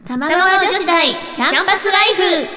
玉川女子大キャンパスライフ。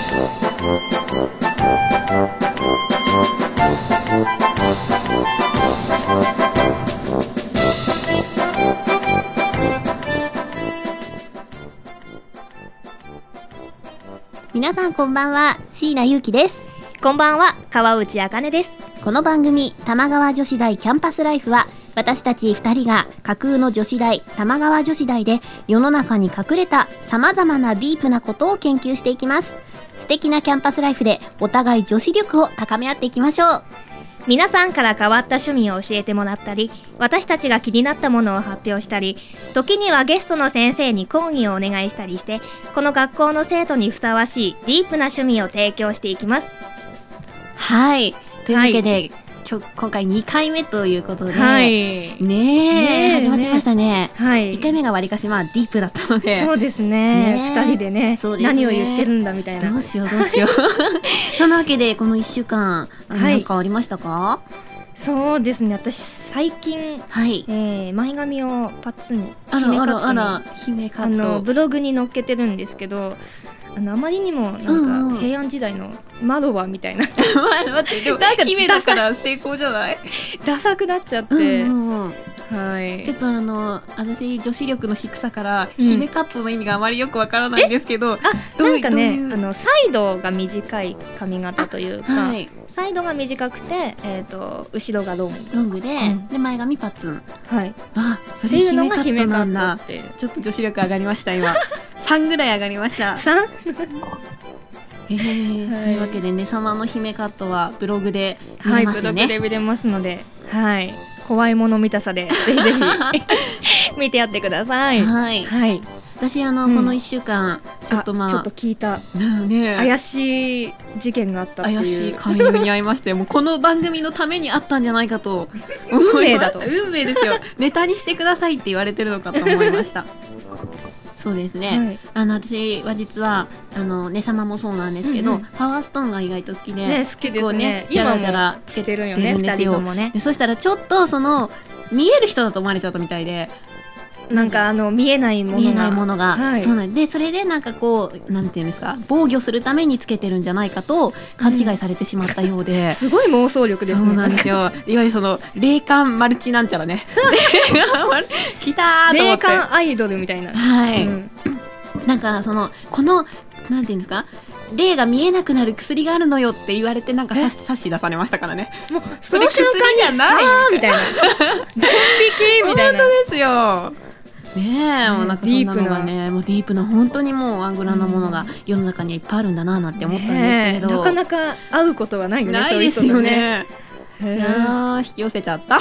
皆さんこんばんは、椎名優樹です。 こんばんは、川内茜です。 この番組玉川女子大キャンパスライフは、私たち2人が架空の女子大玉川女子大で世の中に隠れた様々なディープなことを研究していきます。素敵なキャンパスライフでお互い女子力を高め合っていきましょう。 皆さんから変わった趣味を教えてもらったり、私たちが気になったものを発表したり、時にはゲストの先生に講義をお願いしたりして、この学校の生徒にふさわしいディープな趣味を提供していきます。 はい、というわけで、今回2回目ということで、 はい、 始まっちゃいましたね。 はい、 1回目がわりかしディープだったので、 そうですね、2人でね、何を言ってるんだみたいな、 どうしようそんなわけでこの1週間何かありましたか？ そうですね、私最近、前髪をパッツン姫カットにブログに載っけてるんですけど、あまりにもなんか平安時代のマドワみたいな待ってでも姫だから成功じゃないダサくなっちゃって、はい、 ちょっと私女子力の低さから姫カットの意味があまりよくわからないんですけど、 なんかね、サイドが短い髪型というか、サイドが短くて、後ろがロングで、で前髪パッツン、それ姫カットなんだ。 ちょっと女子力上がりました今3ぐらい上がりました。 3？ というわけでね、様の姫カットはブログで見れますよね。 ブログで見れますので、怖いもの見たさでぜひぜひ見てやってください。 私この1週間ちょっと聞いた、怪しい事件があったっていう、 怪しい勧誘に遭いましてもうこの番組のためにあったんじゃないかと運命だと運命ですよネタにしてくださいって言われてるのかと思いましたそうですね、私は実はね様もそうなんですけど、パワーストーンが意外と好きで、 好きですね。 ジャラジャラつけてるんですよ。 2人ともね。 でそしたらちょっと見える人だと思われちゃったみたいで、 なんか見えないものが、 そうなんで、それでなんかこうなんていうんですか、防御するためにつけてるんじゃないかと勘違いされてしまったようで、 すごい妄想力ですね。 そうなんですよ。いわゆる霊感マルチなんちゃらね来たーと思って、 霊感アイドルみたいな、 なんかこのなんていうんですか、霊が見えなくなる薬があるのよって言われて、なんか差し出されましたからね。 もうその瞬間にさーみたいなドン引きみたいな。 本当ですよね。もうなんかそんなのがね、もうディープな本当にもうアングラなものが世の中にはいっぱいあるんだなって思ったんですけれど、 なかなか会うことはないよね。 ないですよね。いや引き寄せちゃった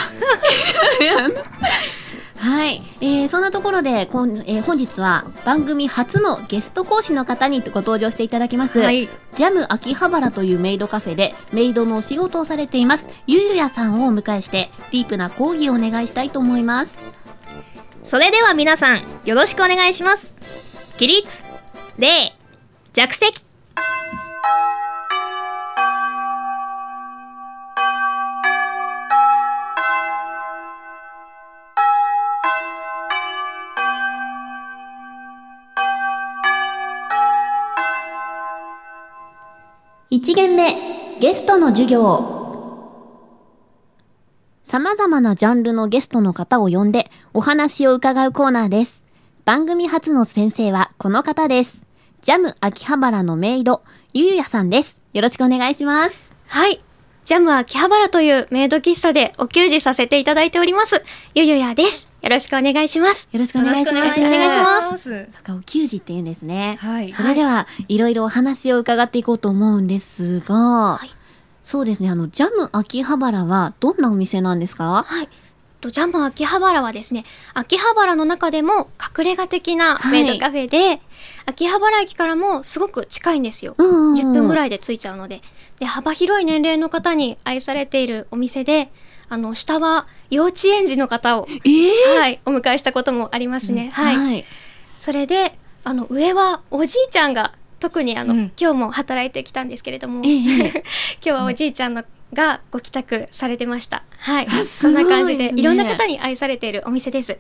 そんなところで本日は番組初のゲスト講師の方にご登場していただきます、ジャム秋葉原というメイドカフェでメイドのお仕事をされていますゆゆやさんをお迎えしてディープな講義をお願いしたいと思います。 それでは皆さんよろしくお願いします。起立、礼、着席。 1限目、ゲストの授業。様々なジャンルのゲストの方を呼んでお話を伺うコーナーです。番組初の先生はこの方です。ジャム秋葉原のメイド、ゆゆやさんです。よろしくお願いします。 はい。ジャム秋葉原というメイド喫茶でお給仕させていただいております。ゆゆやです。よろしくお願いします。 よろしくお願いします。 お願いします。 そうか、お給仕って言うんですね。それではいろいろお話を伺っていこうと思うんですが、そうですね、ジャム秋葉原はどんなお店なんですか？ ジャム秋葉原はですね、秋葉原の中でも隠れ家的なメイドカフェで、秋葉原駅からもすごく近いんですよ。10分ぐらいで着いちゃうので、幅広い年齢の方に愛されているお店で、下は幼稚園児の方を、お迎えしたこともありますね。それで上はおじいちゃんが特に今日も働いてきたんですけれども、今日はおじいちゃんのがご帰宅されてました。そんな感じでいろんな方に愛されているお店です。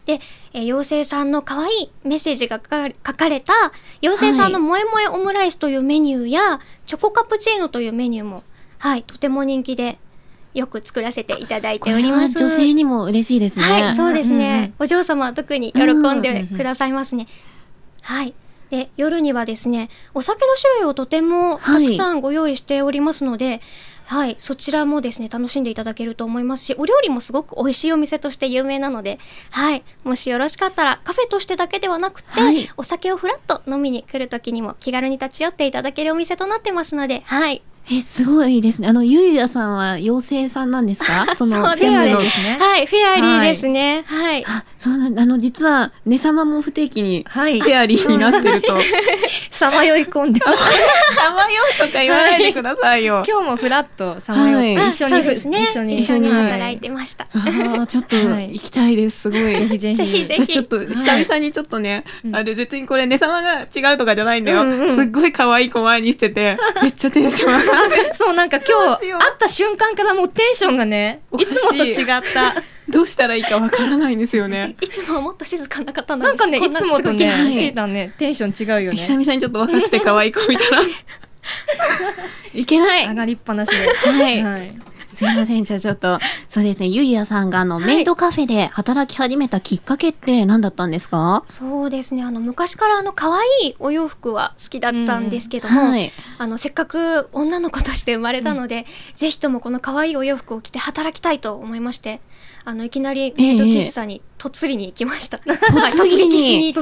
で、妖精さんの可愛いメッセージが書かれた妖精さんの萌え萌えオムライスというメニューや、チョコカプチーノというメニューも、はい、とても人気でよく作らせていただいております。 女性にも嬉しいですね。 はい、そうですね。お嬢様は特に喜んでくださいますね。はい。で、夜にはですね、お酒の種類をとてもたくさんご用意しておりますので、はい、そちらもですね、楽しんでいただけると思いますし、お料理もすごく美味しいお店として有名なので、はい、もしよろしかったらカフェとしてだけではなくて、お酒をフラッと飲みに来るときにも気軽に立ち寄っていただけるお店となってますので、はい。 すごいですね。ゆいやさんは妖精さんなんですか？ そうですね。はい、フェアリーですね。はい。 そうなん、実は、ねさまも不定期に、フェアリーになってると。 さまよい込んでます。 さまよいとか言わないでくださいよ。 今日もフラッとさまよい、 一緒に働いてました。 ちょっと行きたいです。すごい。 ぜひぜひ。 ちょっと、久々にちょっとね、別にこれねさまが違うとかじゃないんだよ。すっごい可愛い子前にしてて、めっちゃテンション上がる。 そう、なんか今日会った瞬間からもうテンションがね、いつもと違った。 どうしたらいいかわからないんですよね。 いつもはもっと静かな方なんですなんかね、いつもとね、シータね、テンション違うよね。 久々にちょっと若くて可愛い子見たらいけない。 上がりっぱなしで。 はい。すいません、じゃあちょっと、そうですね、ゆいやさんがメイドカフェで働き始めたきっかけって何だったんですか？ そうですね、昔から可愛いお洋服は好きだったんですけども、せっかく女の子として生まれたので、ぜひともこの可愛いお洋服を着て働きたいと思いまして、いきなりメイド喫茶に嫁ぎに行きました。突撃しに行って、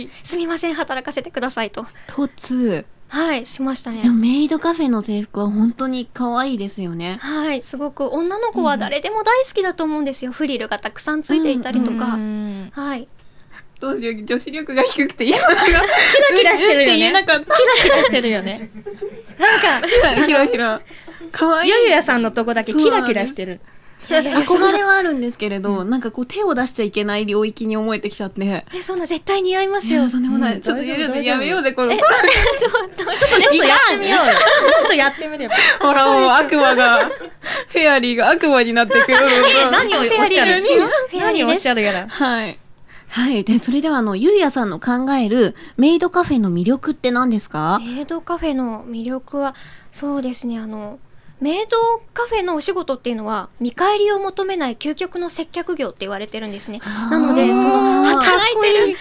すみません、働かせてくださいと。はい、しましたね。 メイドカフェの制服は本当に可愛いですよね。 はい、すごく女の子は誰でも大好きだと思うんですよ。フリルがたくさんついていたりとか。はい。 どうしよう、女子力が低くて今のがキラキラしてるよね。キラキラしてるよね。なんかひらひら。可愛い。 ゆゆやさんのとこだけキラキラしてる。 憧れはあるんですけれど、なんかこう手を出しちゃいけない領域に思えてきちゃって。 そんな絶対似合いますよ。 とんでもない。ちょっとやめようぜ、これ。 ちょっとやってみようよ。ちょっとやってみれば。 ほら、もう悪魔が、フェアリーが悪魔になってくる。 何をおっしゃる？何をおっしゃるやら。 はい。はい。で、それではゆいやさんの考えるメイドカフェの魅力って何ですか？ メイドカフェの魅力は、そうですね、メイドカフェのお仕事っていうのは見返りを求めない究極の接客業って言われてるんですね。なので働いてる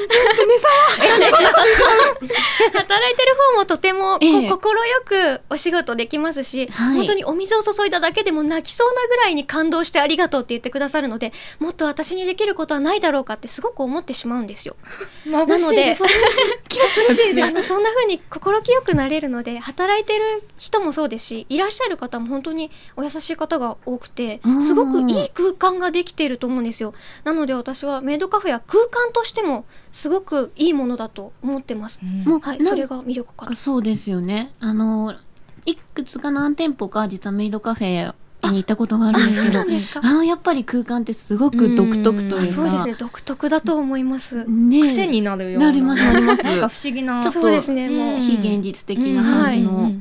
方もとても快くお仕事できますし、本当にお水を注いだだけでも泣きそうなぐらいに感動してありがとうって言ってくださるので、もっと私にできることはないだろうかってすごく思ってしまうんですよ。なのでそんな風に心清くなれるので、働いてる人もそうですし、いらっしゃる方も本当にお優しい方が多くて、すごくいい空間ができていると思うんですよ。なので私はメイドカフェは空間としてもすごくいいものだと思ってます。はい、それが魅力かと。 そうですよね。いくつか何店舗か実はメイドカフェに行ったことがあるんですけど、やっぱり空間ってすごく独特というか。 そうですね、独特だと思います。 癖になるような。 なります。なんか不思議な。 そうですね、もう非現実的な感じの。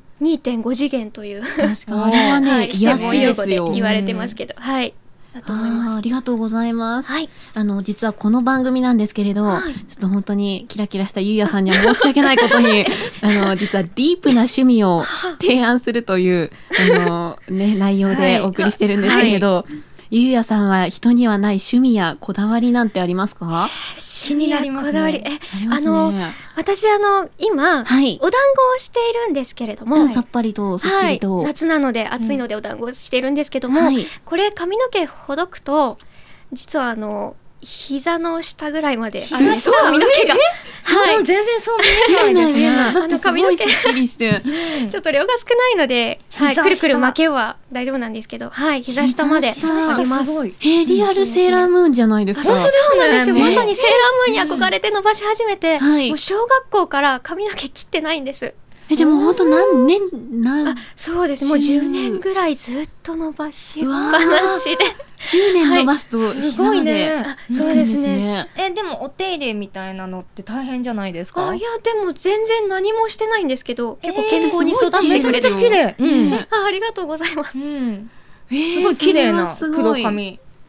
2.5 次元という。 確かあれはね、癒しですよ。 言われてますけど、はい。だと思います。 ありがとうございます。 はい。 実はこの番組なんですけれど、ちょっと本当にキラキラしたゆいやさんには申し訳ないことに、実はディープな趣味を提案するという、内容でお送りしてるんですけれど、ゆいやさんは人にはない趣味やこだわりなんてありますか？ 気になりますね。 私今、お団子をしているんですけれども、 さっぱりとすっきりと、 夏なので暑いのでお団子をしているんですけども、これ髪の毛ほどくと実は膝の下ぐらいまで髪の毛が、 全然そう見えないですね。 だってすごいすっきりしてちょっと量が少ないので、くるくる巻けは大丈夫なんですけど、膝下までしてます。 リアルセーラームーンじゃないですか。 本当ですね。ですよ。まさにセーラームーンに憧れて伸ばし始めて、もう小学校から髪の毛切ってないんです。 じゃあもう本当何年そうです。もう10年ぐらいずっと伸ばしっぱなしで。 10年伸ばすと、 すごいね。 そうですね。 でもお手入れみたいなのって大変じゃないですか？ いや、でも全然何もしてないんですけど、結構健康に育ってくれて。 めちゃめちゃ綺麗。 ありがとうございます。 すごい綺麗な黒髪。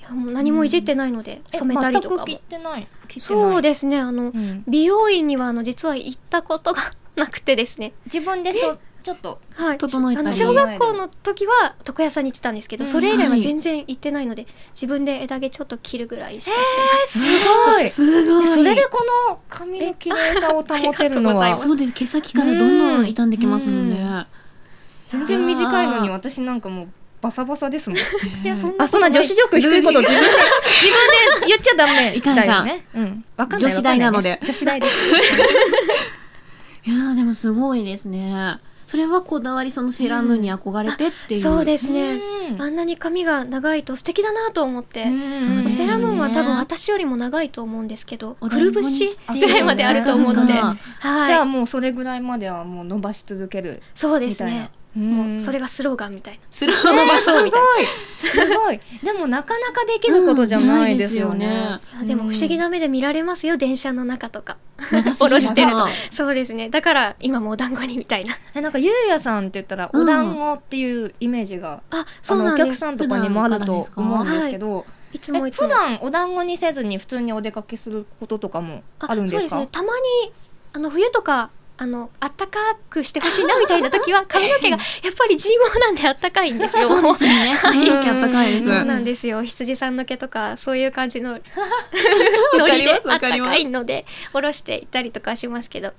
もう何もいじってないので、染めたりとかも全く切ってない。 そうですね、美容院には実は行ったことがなくてですね、 自分でちょっと整えたり、 小学校の時は床屋さんに行ってたんですけど、それ以来は全然行ってないので、自分で枝毛ちょっと切るぐらいしかしてない。 すごい。それでこの髪の綺麗さを保てるのはそうです。毛先からどんどん傷んできますもんね。 全然短いのに私なんかもうバサバサですもん。いや、そんな女子力低いこと自分で言っちゃダメだよね。わかんない。 女子大なので。 女子大です。 いやでもすごいですね。それはこだわり、そのセーラームーンに憧れてっていう。 そうですね。あんなに髪が長いと素敵だなと思って。セーラームーンは多分私よりも長いと思うんですけど、くるぶしぐらいまであると思うので、じゃあもうそれぐらいまではもう伸ばし続ける。 そうですね。もうそれがスローガンみたいな。 スローガン伸ばそうみたいな。すごい。でもなかなかできることじゃないですよね。 でも不思議な目で見られますよ、電車の中とか。下ろしてると。そうですね。だから今もお団子にみたいな。 なんかゆうやさんって言ったらお団子っていうイメージがお客さんとかにもあると思うんですけど、 いつも普段お団子にせずに普通にお出かけすることとかもあるんですか？ そうですね。たまに冬とかあったかくしてほしいなみたいな時は髪の毛がやっぱり人毛なんであったかいんですよ。 そうですね。髪の毛あったかいです。 そうなんですよ。羊さんの毛とかそういう感じのノリであったかいので下ろしていったりとかしますけど。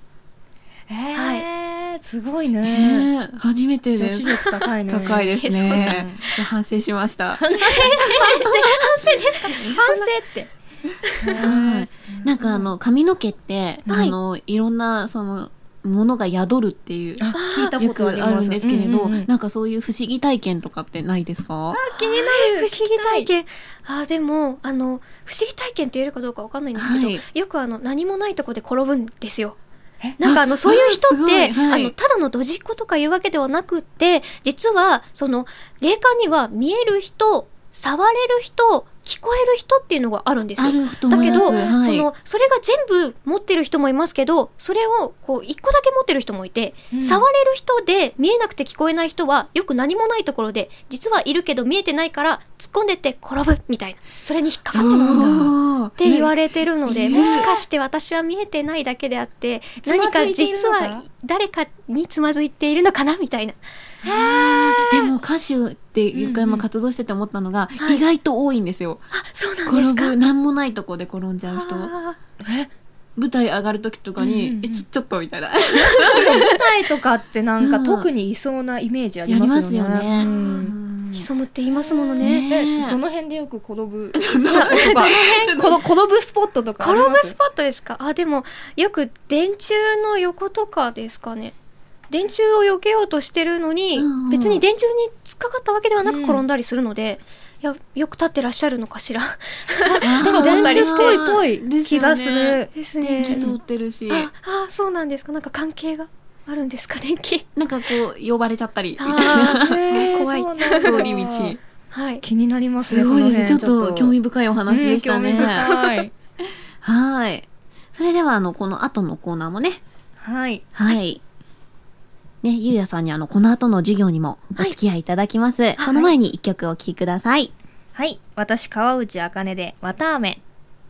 すごいね。 初めてです。 女子力高いね。 高いですね。反省しました。 反省ですか？ 反省って。 なんか髪の毛っていろんなそのものが宿るっていう聞いたことあるんですけれど、なんかそういう不思議体験とかってないですか？ 気になる。 不思議体験。でも不思議体験って言えるかどうかわかんないんですけど、よく何もないとこで転ぶんですよ。なんかそういう人ってただのドジっ子とかいうわけではなくって、実はその霊感には見える人、触れる人、聞こえる人っていうのがあるんですよ。だけど、それが全部持ってる人もいますけど、それを一個だけ持ってる人もいて、触れる人で見えなくて聞こえない人はよく何もないところで実はいるけど見えてないから突っ込んでって転ぶみたいな、それに引っかかってなんだって言われてるので、もしかして私は見えてないだけであって何か実は誰かにつまずいているのかなみたいな。 でも歌手って横山活動してて思ったのが、意外と多いんですよ。 そうなんですか。 何もないとこで転んじゃう人。舞台上がる時とかにちょっとみたいな。 舞台とかってなんか特にいそうなイメージありますよね。 潜むって言いますものね。 どの辺でよく転ぶ転ぶスポットとかあります？ 転ぶスポットですか？でもよく電柱の横とかですかね。電柱を避けようとしてるのに、別に電柱に突っかかったわけではなく転んだりするので、よく立ってらっしゃるのかしら。 でも電柱っぽい気がする。 電気通ってるし。 そうなんですか。なんか関係があるんですか、電気。 なんか呼ばれちゃったり。 怖い。 通り道。 気になりますね。 すごいですね。ちょっと興味深いお話でしたね。はい。それではこの後のコーナーもね。 はい。 ね、ゆうやさんにこの後の授業にもお付き合いいただきます。その前に一曲お聴きください。 はい。私、川内茜で、わたあめ。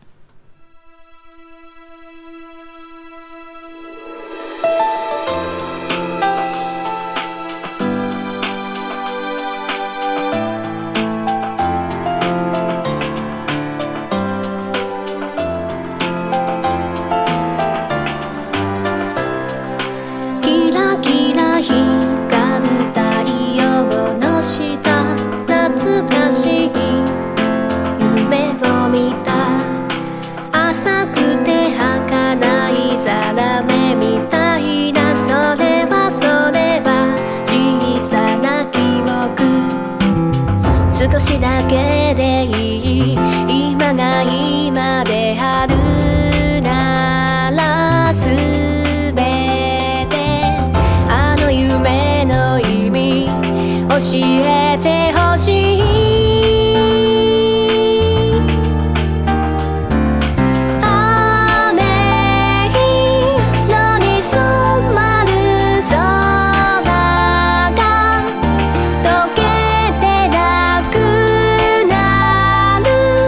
少しだけでいい、今が今であるならすべて、夢の意味教えてほしい。「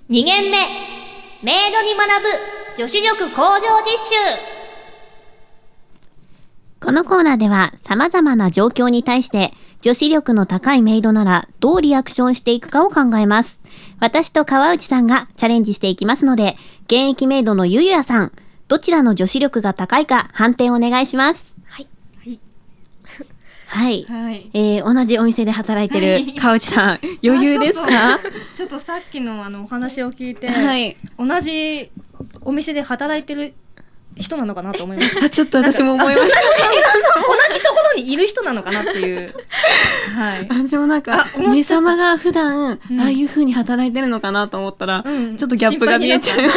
2限目、メイドに学ぶ女子力向上実習。 このコーナーでは様々な状況に対して女子力の高いメイドならどうリアクションしていくかを考えます。私と川内さんがチャレンジしていきますので、現役メイドのゆゆやさん、どちらの女子力が高いか判定お願いします。 はい。 はい。はい。同じお店で働いてる川内さん、余裕ですか？ ちょっとさっきのお話を聞いて、はい、同じお店で働いてる人なのかなと思いました。 ちょっと私も思いました。同じところにいる人なのかなっていう。はい。 私もなんか、姉様が普段、ああいう風に働いてるのかなと思ったら、ちょっとギャップが見えちゃう。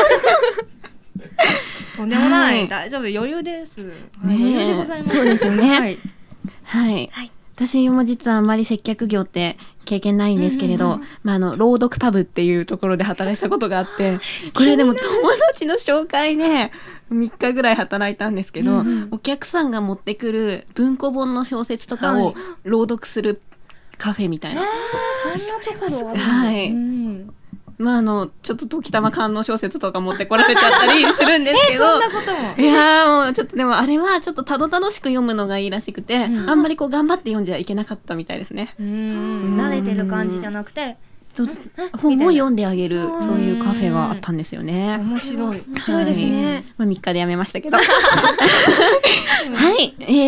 とんでもない。大丈夫。余裕です。余裕でございます。 そうですよね。はい。私も実はあんまり接客業って経験ないんですけれど、朗読パブっていうところで働いたことがあって、これでも友達の紹介で3日ぐらい働いたんですけど、お客さんが持ってくる文庫本の小説とかを朗読するカフェみたいな。 そんなところある。 はい。ちょっと時たま官能小説とか持ってこられちゃったりするんですけど。 そんなことも。 いやーもうちょっとでもあれはちょっとたどたどしく読むのがいいらしくて、あんまりこう頑張って読んじゃいけなかったみたいですね。 慣れてる感じじゃなくて、 本を読んであげる、そういうカフェがあったんですよね。 面白い。 面白いですね。 3日でやめましたけど。はい。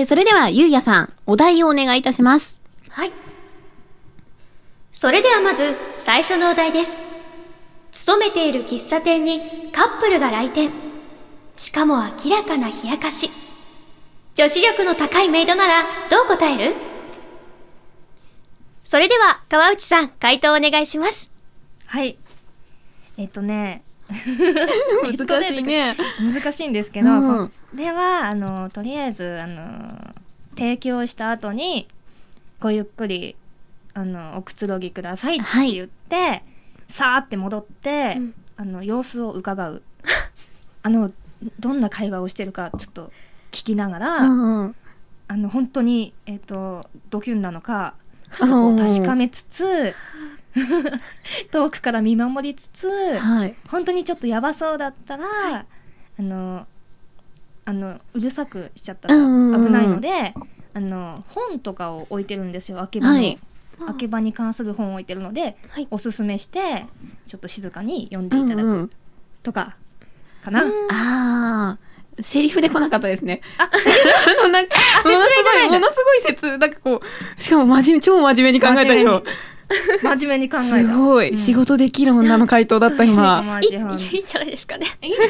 それではゆうやさん、お題をお願いいたします。 はい。それではまず最初のお題です。勤めている喫茶店にカップルが来店。しかも明らかな冷やかし。女子力の高いメイドならどう答える？それでは川内さん、回答お願いします。 はい。 難しいね。 難しいんですけど、これはとりあえず提供した後にごゆっくりおくつろぎくださいって言って、さーって戻って、様子を伺う。どんな会話をしてるかちょっと聞きながら、本当にドキュンなのかちょっとこう確かめつつ遠くから見守りつつ、本当にちょっとやばそうだったら、うるさくしちゃったら危ないので、本とかを置いてるんですよ。空き場に関する本を置いてるので、おすすめしてちょっと静かに読んでいただくとかかな。 セリフで来なかったですね。 セリフなんかものすごい説、なんかこう、しかも超真面目に考えたでしょ。 真面目に考えた。 すごい、仕事できる女の回答だった今。 いいんじゃないですかね。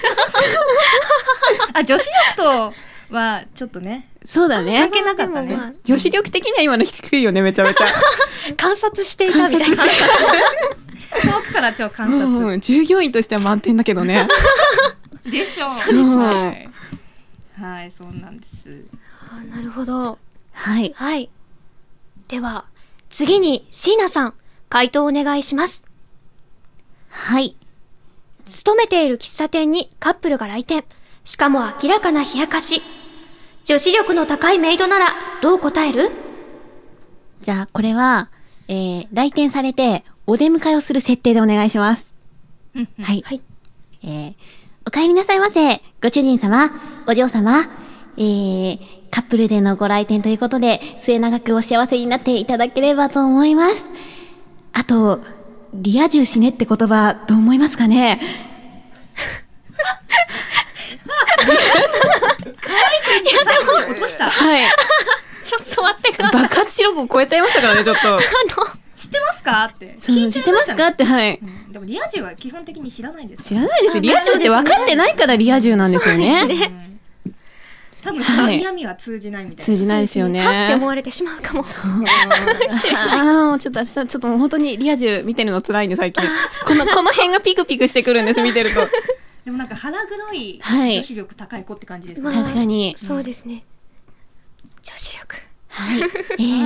女子力とはちょっとね。 そうだね。 関係なかったね。 女子力的には今の低いよね、めちゃめちゃ。 観察していたみたいな。 遠くから超観察。 従業員としては満点だけどね。 でしょう。 そうです。 はい、そうなんです。 なるほど。 はい。 はい。では、次に椎名さん、回答お願いします。 はい。 勤めている喫茶店にカップルが来店。しかも明らかな冷やかし。女子力の高いメイドならどう答える？ じゃあ、これは、来店されてお出迎えをする設定でお願いします。はい。お帰りなさいませ。ご主人様、お嬢様、カップルでのご来店ということで、末永くお幸せになっていただければと思います。あと、リア充死ねって言葉、どう思いますかね？ 可愛く言って最後に落とした。 はい。 ちょっと待ってください。 爆発視力を超えちゃいましたからね、ちょっと。 知ってますかって聞いちゃいましたね。知ってますかって、はい。 でもリア充は基本的に知らないです。 知らないです。リア充って分かってないからリア充なんですよね。 多分その嫌味は通じないみたいな。 通じないですよね。 はって思われてしまうかも。 知らない。もうちょっともう本当にリア充見てるの辛いね、最近。この辺がピクピクしてくるんです、見てると。 でもなんか腹黒い女子力高い子って感じですね。 確かに。 そうですね。女子力。 はい。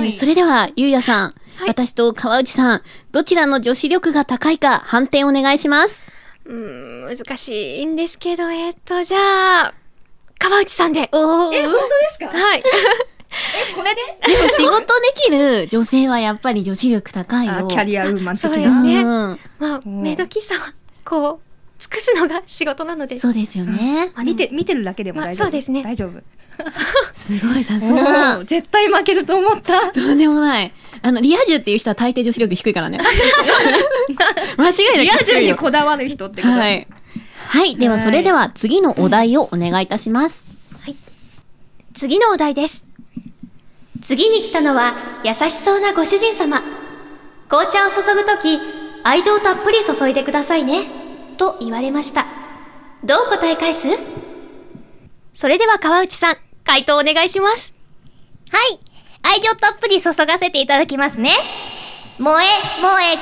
それでは、ゆうやさん、私と川内さん、どちらの女子力が高いか判定お願いします。 難しいんですけど、じゃあ、川内さんで。 本当ですか？ はい。 これで？ でも仕事できる女性はやっぱり女子力高いよ。 キャリアウーマン的な。 そうですね。まあ、メイド喫茶はこう尽くすのが仕事なので。 そうですよね。 見てるだけでも大丈夫。 そうですね。 大丈夫。 すごい、さすが。 絶対負けると思った。 どうでもない。リア充っていう人は大抵女子力低いからね。間違いない。 リア充にこだわる人ってこと。 はい。はい。では、それでは次のお題をお願いいたします。 はい。次のお題です。次に来たのは優しそうなご主人様。紅茶を注ぐとき、愛情たっぷり注いでくださいね。と言われました。どう答え返す？それでは川内さん、回答お願いします。 はい。愛情たっぷり注がせていただきますね。萌え、萌え、キ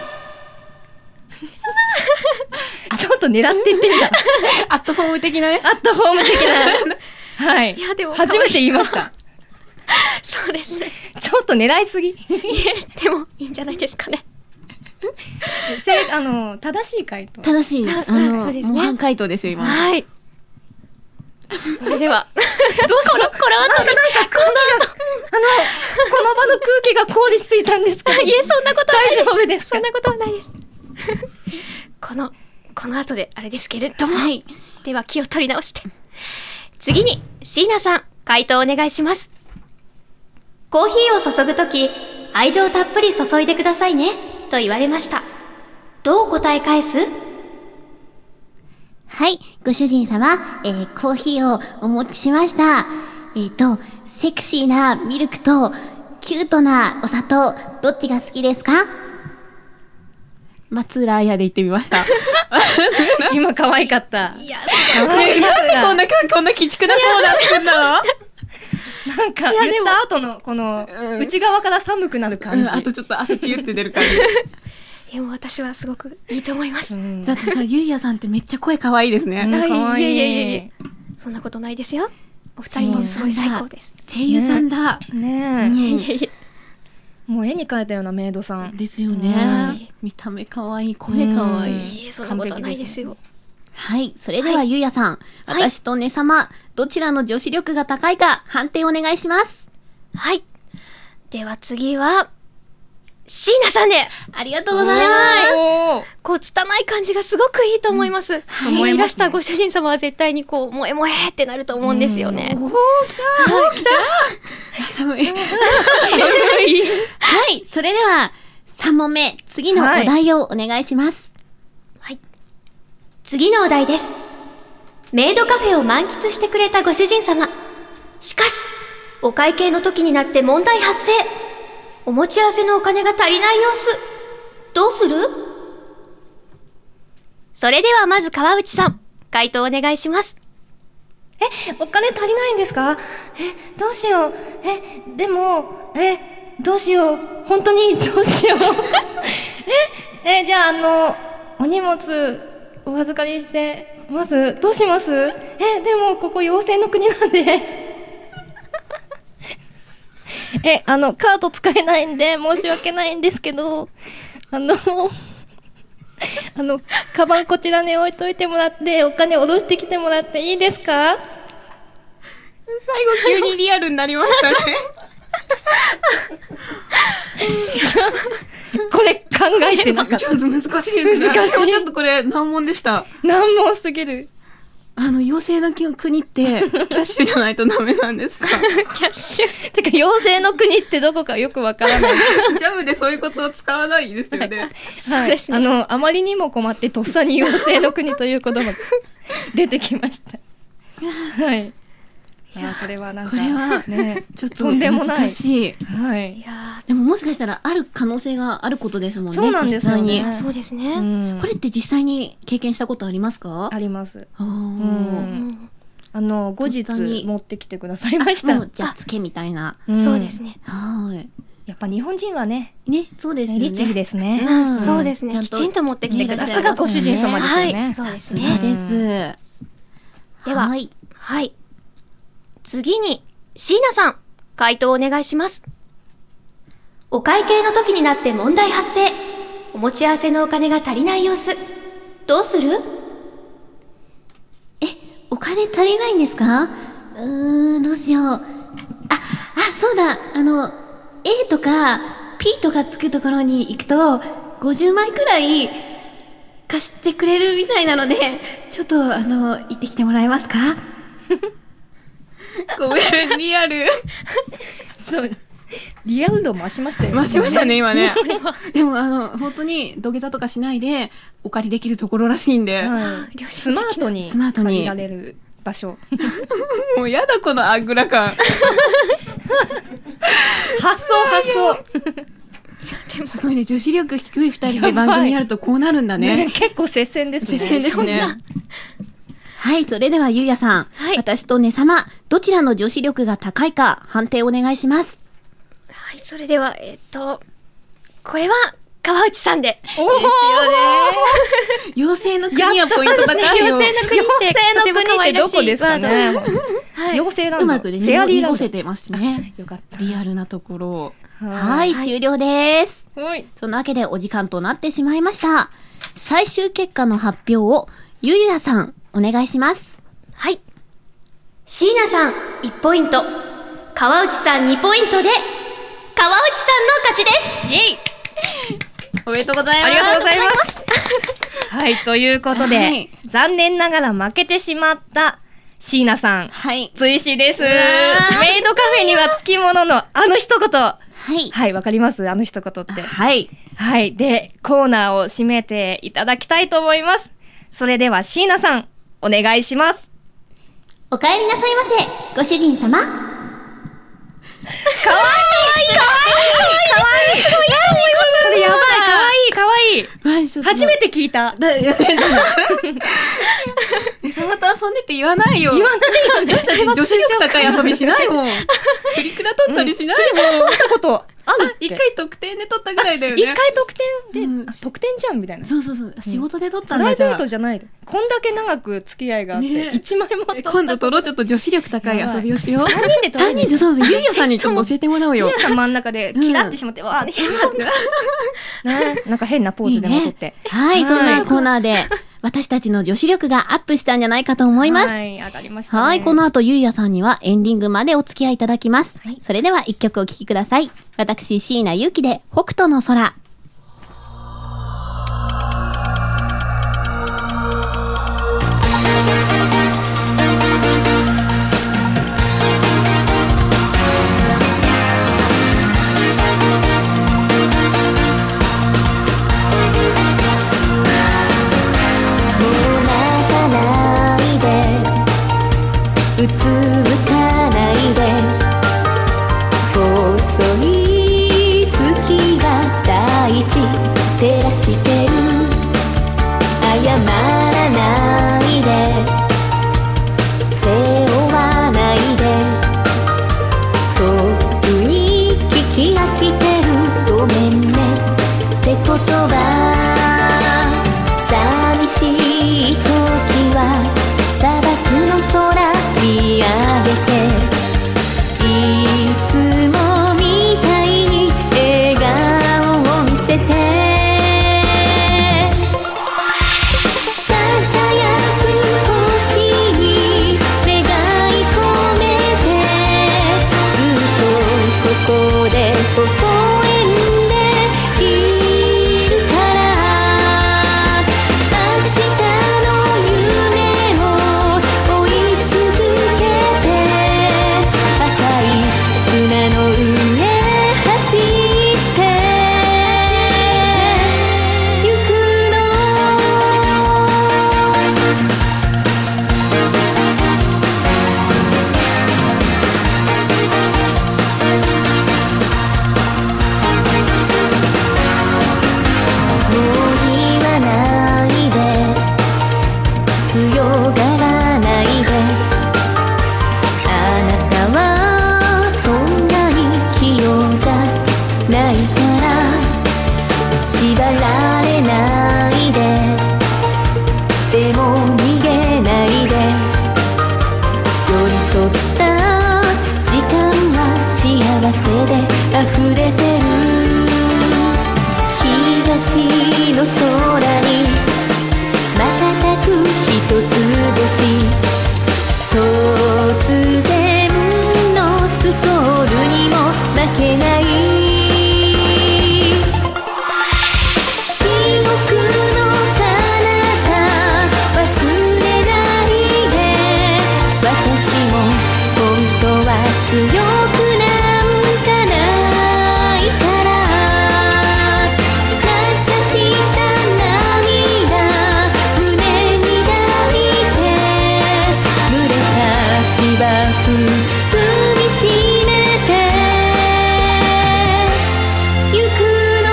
ュンちょっと狙っていってみた。 アットホーム的なね。 アットホーム的な。はい。 いや、でも初めて言いました。 そうですね。 ちょっと狙いすぎ。 でもいいんじゃないですかね。 正しい回答。 正しい。 そうですね。 模範回答ですよ、今。 はい。それでは。 どうしよう。これはこの場の空気が凍りついたんですけど。 いえ、そんなことはないです。 大丈夫ですか？ そんなことはないです。この後であれですけれども。はい。では気を取り直して。次に、椎名さん、回答お願いします。コーヒーを注ぐとき、愛情たっぷり注いでくださいね、と言われました。どう答え返す？ はい、ご主人様、コーヒーをお持ちしました。セクシーなミルクと、キュートなお砂糖、どっちが好きですか？ 松浦彩で言ってみました。 今可愛かった。 いや、 なんでこんな鬼畜なコーナー作ったの？ なんか言った後のこの内側から寒くなる感じ。 あとちょっと汗ピュって出る感じ。 いや、もう私はすごくいいと思います。 だってさ、ゆいやさんってめっちゃ声可愛いですね。 可愛い。 いやそんなことないですよ。お二人もすごい最高です。 声優さんだ。 ねえ。もう絵に描いたようなメイドさんですよね。見た目可愛い、声可愛い。 いえ、そんなことはないですよ。 はい、それではゆいやさん、私とね様、どちらの女子力が高いか判定お願いします。 はい。では次は、椎名さんで。 ありがとうございます。 こう、拙い感じがすごくいいと思います。いらしたご主人様は絶対にこう、萌え萌えってなると思うんですよね。 おー、来た寒い。はい、それでは、3問目、次のお題をお願いします。 はい。次のお題です。メイドカフェを満喫してくれたご主人様。しかし、お会計の時になって問題発生。お持ち合わせのお金が足りない様子。どうする？それではまず川内さん、回答お願いします。 お金足りないんですか？どうしよう。でも、どうしよう。本当にどうしよう。じゃあお荷物お預かりしてます。どうします？でもここ妖精の国なんで。カード使えないんで申し訳ないんですけど、カバンこちらに置いといてもらって、お金下ろしてきてもらっていいですか？ 最後急にリアルになりましたね。 これ考えてなかった。 ちょっと難しいですね。 難しい。 ちょっとこれ難問でした。 難問すぎる。 妖精の国ってキャッシュじゃないとダメなんですか？ キャッシュてか妖精の国ってどこかよくわからない。 ジャムでそういうことを使わないですよね。 そうですね。 あまりにも困ってとっさに妖精の国という言葉が出てきました。はい。これはなんかね、 ちょっと難しい。 はい。 でももしかしたらある可能性があることですもんね。 そうなんですよね。 そうですね。 これって実際に経験したことありますか？ あります。後日持ってきてくださいました。 じゃあつけみたいな。 そうですね。 はい。 やっぱ日本人はね、 そうですね。 律儀ですね。 そうですね。きちんと持ってきてください。 さすがご主人様ですよね。 そうですね。です。 では、はい。次に、椎名さん、回答お願いします。お会計の時になって問題発生。お持ち合わせのお金が足りない様子。どうする？ お金足りないんですか？どうしよう。そうだ。A とか P とかつくところに行くと、50枚くらい貸してくれるみたいなので、ちょっと行ってきてもらえますか？ごめん、リアル。 そう。リアル度増しましたよね。 増しましたね、今ね。でも本当に土下座とかしないでお借りできるところらしいんで、 スマートに借りられる場所。 もうやだ、このあぐら感。 発想。 すごいね、女子力低い二人で番組やるとこうなるんだね。 結構接戦ですね。 接戦ですね。はい、それではゆうやさん、私とねさま、どちらの女子力が高いか判定お願いします。 はい、それではこれは川内さんで。 ですよね。妖精の国はポイント高いよ。 妖精の国ってどこですかね。妖精なんだ。 うまくね、濁せてますしね。 よかった。 リアルなところ。はい、終了です。そのわけでお時間となってしまいました。最終結果の発表をゆうやさんお願いします。 はい。椎名さん1ポイント、川内さん2ポイントで川内さんの勝ちです。 イエイ。 おめでとうございます。 ありがとうございます。はい、ということで、残念ながら負けてしまった椎名さん、追試です。メイドカフェにはつきもののあの一言。はい、わかります？あの一言って。はい。で、コーナーを締めていただきたいと思います。それでは椎名さん、お願いします。 お帰りなさいませ、ご主人様。 かわいい。すごいいいと思います。それやばい、かわいい。初めて聞いた。 サバと遊んでって言わないよ。 言わないよね。 女子力高い遊びしないもん。プリクラ取ったりしないもん。 取ったことあるっけ？ 一回特典で取ったぐらいだよね。 一回特典で、特典じゃんみたいな。 そう。仕事で取ったんだ。 プライベートじゃない。こんだけ長く付き合いがあって、1枚も取った。 今度取ろう、ちょっと女子力高い遊びをしよう。 3人で取ろう。 3人で、そう、ゆうやさんにちょっと教えてもらおうよ。 ゆうやさん真ん中でキラってしまって、わー、なんか変なポーズでも取って。 はい、そんなコーナーで、私たちの女子力がアップしたんじゃないかと思います。 はい、上がりましたね。 はい、この後ゆうやさんにはエンディングまでお付き合いいただきます。それでは一曲お聴きください。私、椎名ゆうきで北斗の空。 うつむかないで、細い月が大地照らしてる。謝らないで、背負わないで、遠くに聞き飽きてる。ごめんねって言葉、寂しい時は砂漠の空見上げて、いつもみたいに笑顔を見せて、輝く星に願い込めて、ずっとここで微笑んでいるから、明日の夢を追い続けて、赤い砂の上走ってゆくの。もう言わないで、強がらないで、あなたはそんなに器用じゃないから、縛られないで、でも逃げないで、寄り添った時間は幸せで溢れてる。東の空に瞬く一つ星、突然のストールにも負けない。記憶の彼しめてゆくの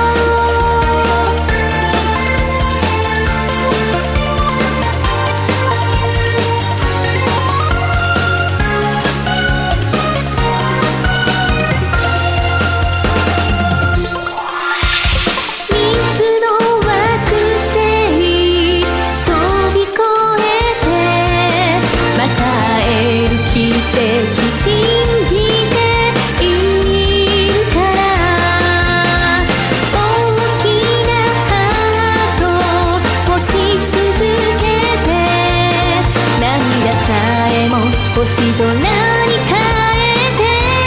3つの惑星飛び越えてまた会える奇跡信じているから大きなハート持ち続けて涙さえも星空に変えて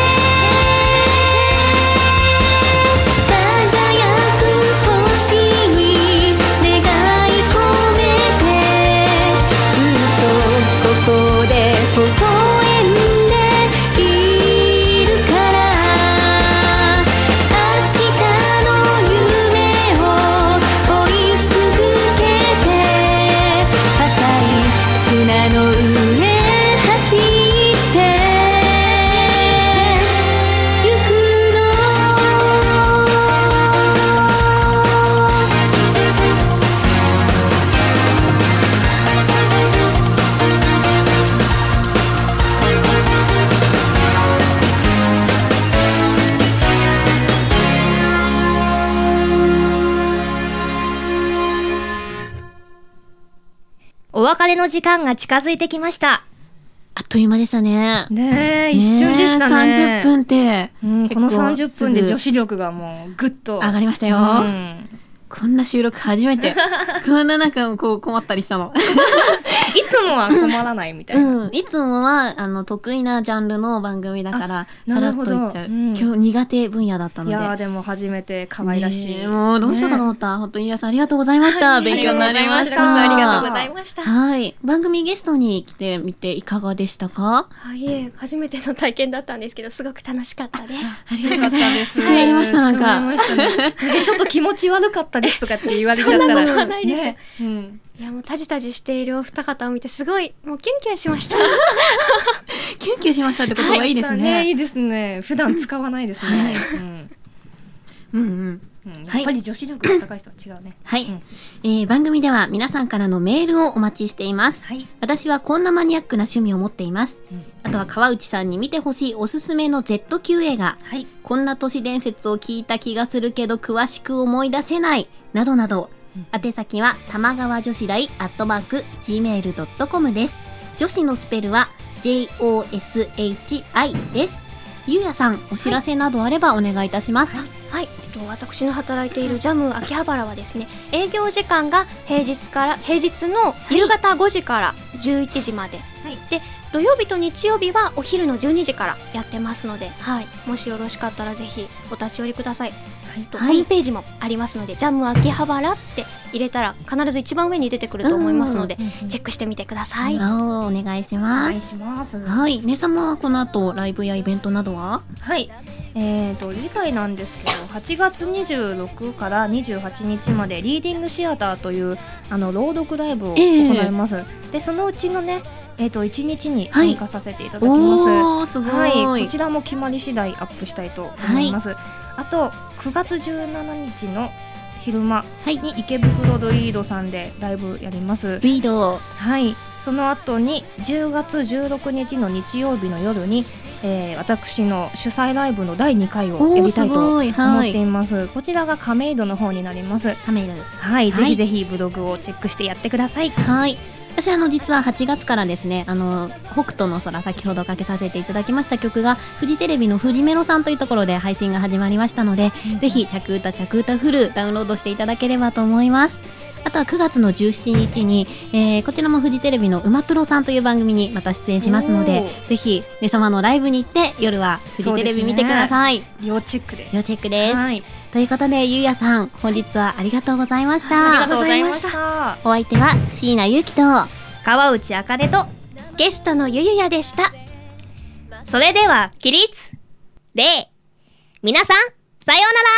輝く星に願い込めてずっとここで微笑んでいるから明日の夢を追い続けて高い砂の上走ってゆくのお別れの時間が近づいてきました。 あっという間でしたね。 ねえ、一瞬でしたね。 30分って、 この30分で女子力がもうぐっと上がりましたよ。こんな収録初めて。こんななんかこう困ったりしたの。 いつもは困らないみたいな。 いつもは得意なジャンルの番組だからさらっといっちゃう。今日苦手分野だったので。 いやでも初めて可愛らしい。 もうどうしようかと思った。本当にゆうやさんありがとうございました。勉強になりました。 ありがとうございました。 はい。番組ゲストに来てみていかがでしたか？ はい、初めての体験だったんですけどすごく楽しかったです。 ありがとうございます。すごいやりましたなんか。 ちょっと気持ち悪かったですとかって言われちゃったら。 そんなことはないです。いやもうタジタジしているお二方を見てすごいもうキュンキュンしました。 キュンキュンしましたってことはいいですね。 いいですね。普段使わないですね。やっぱり女子力が高い人は違うね。 はい。番組では皆さんからのメールをお待ちしています。私はこんなマニアックな趣味を持っています。あとは川内さんに見てほしいおすすめの Z 級映画。こんな都市伝説を聞いた気がするけど詳しく思い出せない。などなど。宛先は玉川女子大@gmail.com です。女子のスペルは JOSHI です。ゆうやさん、お知らせなどあればお願いいたします。 はい、私の働いているジャム秋葉原はですね、営業時間が平日の夕方5時から11時まで、で土曜日と日曜日はお昼の12時からやってますので、もしよろしかったらぜひお立ち寄りください。ホームページもありますので、ジャム秋葉原って入れたら必ず一番上に出てくると思いますので、チェックしてみてください。 お願いします。はい、ねさまはこの後ライブやイベントなどは？ はい、次回なんですけど8月26から28日までリーディングシアターという朗読ライブを行います。でそのうちのね1日に参加させていただきます。 すごい。 こちらも決まり次第アップしたいと思います。あと9月17日の昼間に池袋ドイードさんでライブやります。 ドイード。 はい。その後に10月16日の日曜日の夜に、私の主催ライブの第2回をやりたいと思っています。こちらが亀戸の方になります。 亀戸。 はい。ぜひぜひブログをチェックしてやってください。 はい。私実は8月からですね、北斗の空、先ほどかけさせていただきました曲がフジテレビのフジメロさんというところで配信が始まりましたので、ぜひ着歌フルダウンロードしていただければと思います。あとは9月の17日に、こちらもフジテレビのうまプロさんという番組にまた出演しますので、ぜひねさまのライブに行って夜はフジテレビ見てください。 要チェックで。 要チェックです。ということでゆうやさん本日はありがとうございました。 ありがとうございました。 お相手は椎名ゆうきと川内あかねとゲストのゆゆやでした。 それでは起立礼。皆さんさようなら。